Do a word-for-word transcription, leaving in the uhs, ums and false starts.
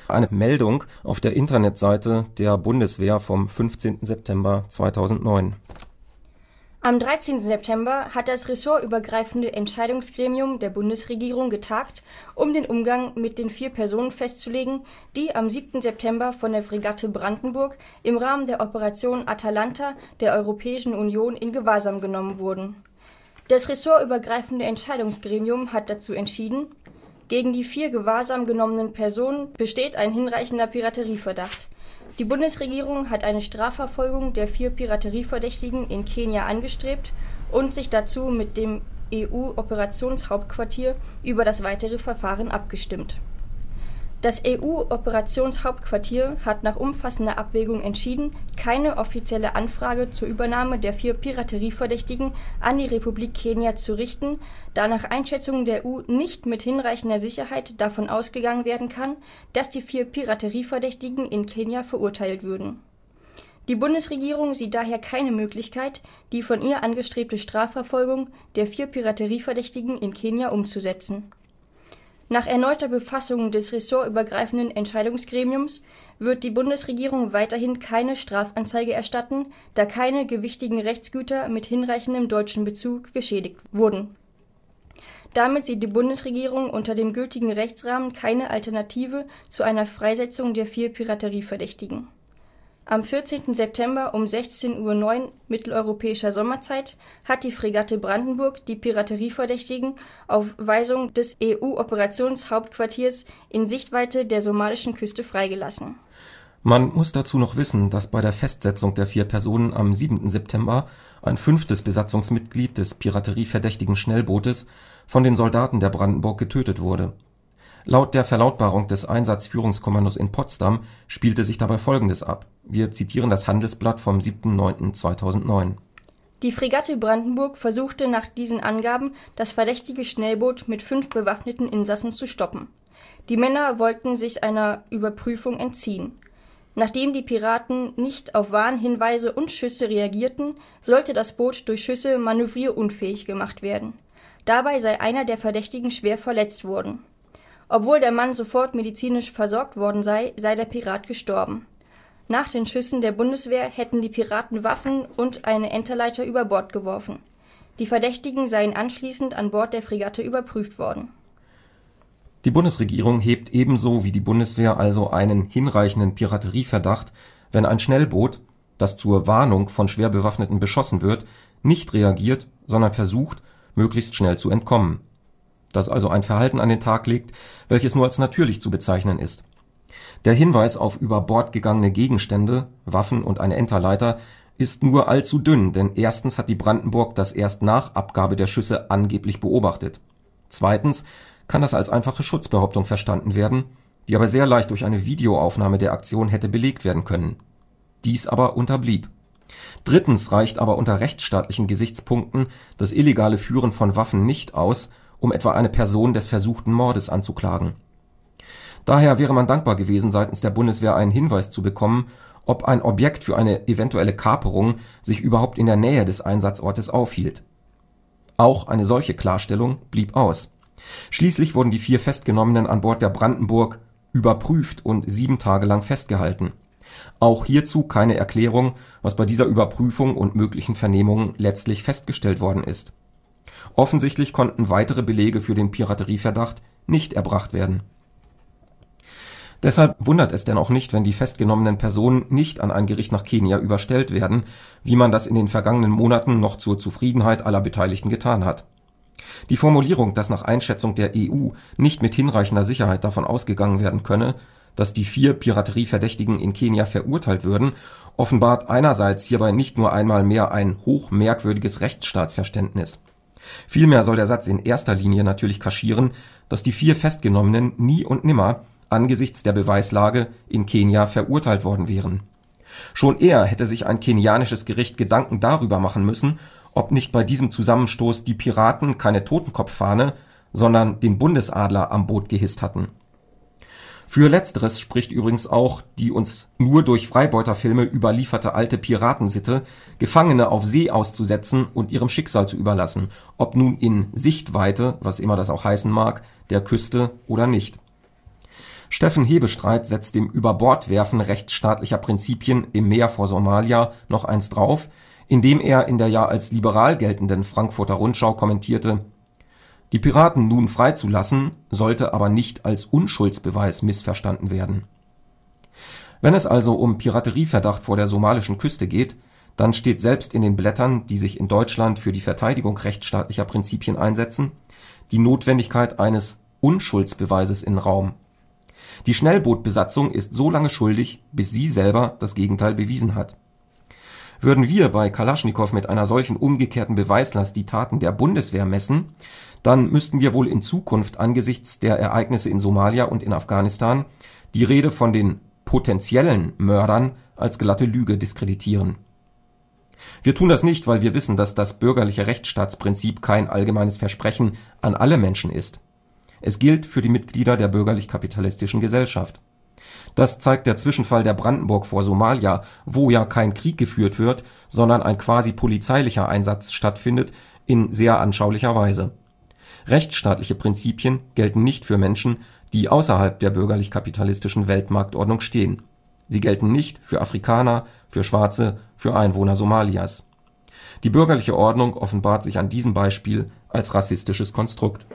Eine Meldung auf der Internetseite der Bundeswehr vom fünfzehnten September zweitausendneun. Am dreizehnten September hat das ressortübergreifende Entscheidungsgremium der Bundesregierung getagt, um den Umgang mit den vier Personen festzulegen, die am siebten September von der Fregatte Brandenburg im Rahmen der Operation Atalanta der Europäischen Union in Gewahrsam genommen wurden. Das ressortübergreifende Entscheidungsgremium hat dazu entschieden: Gegen die vier gewahrsam genommenen Personen besteht ein hinreichender Piraterieverdacht. Die Bundesregierung hat eine Strafverfolgung der vier Piraterieverdächtigen in Kenia angestrebt und sich dazu mit dem E U-Operationshauptquartier über das weitere Verfahren abgestimmt. Das E U-Operationshauptquartier hat nach umfassender Abwägung entschieden, keine offizielle Anfrage zur Übernahme der vier Piraterieverdächtigen an die Republik Kenia zu richten, da nach Einschätzung der E U nicht mit hinreichender Sicherheit davon ausgegangen werden kann, dass die vier Piraterieverdächtigen in Kenia verurteilt würden. Die Bundesregierung sieht daher keine Möglichkeit, die von ihr angestrebte Strafverfolgung der vier Piraterieverdächtigen in Kenia umzusetzen. Nach erneuter Befassung des ressortübergreifenden Entscheidungsgremiums wird die Bundesregierung weiterhin keine Strafanzeige erstatten, da keine gewichtigen Rechtsgüter mit hinreichendem deutschen Bezug geschädigt wurden. Damit sieht die Bundesregierung unter dem gültigen Rechtsrahmen keine Alternative zu einer Freisetzung der vier Piraterieverdächtigen. Am vierzehnten September um sechzehn Uhr neun mitteleuropäischer Sommerzeit hat die Fregatte Brandenburg die Piraterieverdächtigen auf Weisung des E U-Operationshauptquartiers in Sichtweite der somalischen Küste freigelassen. Man muss dazu noch wissen, dass bei der Festsetzung der vier Personen am siebten September ein fünftes Besatzungsmitglied des piraterieverdächtigen Schnellbootes von den Soldaten der Brandenburg getötet wurde. Laut der Verlautbarung des Einsatzführungskommandos in Potsdam spielte sich dabei Folgendes ab. Wir zitieren das Handelsblatt vom siebten neunten zweitausendneun. Die Fregatte Brandenburg versuchte nach diesen Angaben, das verdächtige Schnellboot mit fünf bewaffneten Insassen zu stoppen. Die Männer wollten sich einer Überprüfung entziehen. Nachdem die Piraten nicht auf Warnhinweise und Schüsse reagierten, sollte das Boot durch Schüsse manövrierunfähig gemacht werden. Dabei sei einer der Verdächtigen schwer verletzt worden. Obwohl der Mann sofort medizinisch versorgt worden sei, sei der Pirat gestorben. Nach den Schüssen der Bundeswehr hätten die Piraten Waffen und eine Enterleiter über Bord geworfen. Die Verdächtigen seien anschließend an Bord der Fregatte überprüft worden. Die Bundesregierung hebt ebenso wie die Bundeswehr also einen hinreichenden Piraterieverdacht, wenn ein Schnellboot, das zur Warnung von schwer Bewaffneten beschossen wird, nicht reagiert, sondern versucht, möglichst schnell zu entkommen. Das also ein Verhalten an den Tag legt, welches nur als natürlich zu bezeichnen ist. Der Hinweis auf über Bord gegangene Gegenstände, Waffen und eine Enterleiter ist nur allzu dünn, denn erstens hat die Brandenburg das erst nach Abgabe der Schüsse angeblich beobachtet. Zweitens kann das als einfache Schutzbehauptung verstanden werden, die aber sehr leicht durch eine Videoaufnahme der Aktion hätte belegt werden können. Dies aber unterblieb. Drittens reicht aber unter rechtsstaatlichen Gesichtspunkten das illegale Führen von Waffen nicht aus, um etwa eine Person des versuchten Mordes anzuklagen. Daher wäre man dankbar gewesen, seitens der Bundeswehr einen Hinweis zu bekommen, ob ein Objekt für eine eventuelle Kaperung sich überhaupt in der Nähe des Einsatzortes aufhielt. Auch eine solche Klarstellung blieb aus. Schließlich wurden die vier Festgenommenen an Bord der Brandenburg überprüft und sieben Tage lang festgehalten. Auch hierzu keine Erklärung, was bei dieser Überprüfung und möglichen Vernehmungen letztlich festgestellt worden ist. Offensichtlich konnten weitere Belege für den Piraterieverdacht nicht erbracht werden. Deshalb wundert es denn auch nicht, wenn die festgenommenen Personen nicht an ein Gericht nach Kenia überstellt werden, wie man das in den vergangenen Monaten noch zur Zufriedenheit aller Beteiligten getan hat. Die Formulierung, dass nach Einschätzung der E U nicht mit hinreichender Sicherheit davon ausgegangen werden könne, dass die vier Piraterieverdächtigen in Kenia verurteilt würden, offenbart einerseits hierbei nicht nur einmal mehr ein hochmerkwürdiges Rechtsstaatsverständnis. Vielmehr soll der Satz in erster Linie natürlich kaschieren, dass die vier Festgenommenen nie und nimmer angesichts der Beweislage in Kenia verurteilt worden wären. Schon eher hätte sich ein kenianisches Gericht Gedanken darüber machen müssen, ob nicht bei diesem Zusammenstoß die Piraten keine Totenkopffahne, sondern den Bundesadler am Boot gehisst hatten. Für Letzteres spricht übrigens auch die uns nur durch Freibeuterfilme überlieferte alte Piratensitte, Gefangene auf See auszusetzen und ihrem Schicksal zu überlassen, ob nun in Sichtweite, was immer das auch heißen mag, der Küste oder nicht. Steffen Hebestreit setzt dem Überbordwerfen rechtsstaatlicher Prinzipien im Meer vor Somalia noch eins drauf, indem er in der ja als liberal geltenden Frankfurter Rundschau kommentierte: Die Piraten nun freizulassen, sollte aber nicht als Unschuldsbeweis missverstanden werden. Wenn es also um Piraterieverdacht vor der somalischen Küste geht, dann steht selbst in den Blättern, die sich in Deutschland für die Verteidigung rechtsstaatlicher Prinzipien einsetzen, die Notwendigkeit eines Unschuldsbeweises in den Raum. Die Schnellbootbesatzung ist so lange schuldig, bis sie selber das Gegenteil bewiesen hat. Würden wir bei Kalaschnikow mit einer solchen umgekehrten Beweislast die Taten der Bundeswehr messen, dann müssten wir wohl in Zukunft angesichts der Ereignisse in Somalia und in Afghanistan die Rede von den potenziellen Mördern als glatte Lüge diskreditieren. Wir tun das nicht, weil wir wissen, dass das bürgerliche Rechtsstaatsprinzip kein allgemeines Versprechen an alle Menschen ist. Es gilt für die Mitglieder der bürgerlich-kapitalistischen Gesellschaft. Das zeigt der Zwischenfall der Brandenburg vor Somalia, wo ja kein Krieg geführt wird, sondern ein quasi polizeilicher Einsatz stattfindet, in sehr anschaulicher Weise. Rechtsstaatliche Prinzipien gelten nicht für Menschen, die außerhalb der bürgerlich-kapitalistischen Weltmarktordnung stehen. Sie gelten nicht für Afrikaner, für Schwarze, für Einwohner Somalias. Die bürgerliche Ordnung offenbart sich an diesem Beispiel als rassistisches Konstrukt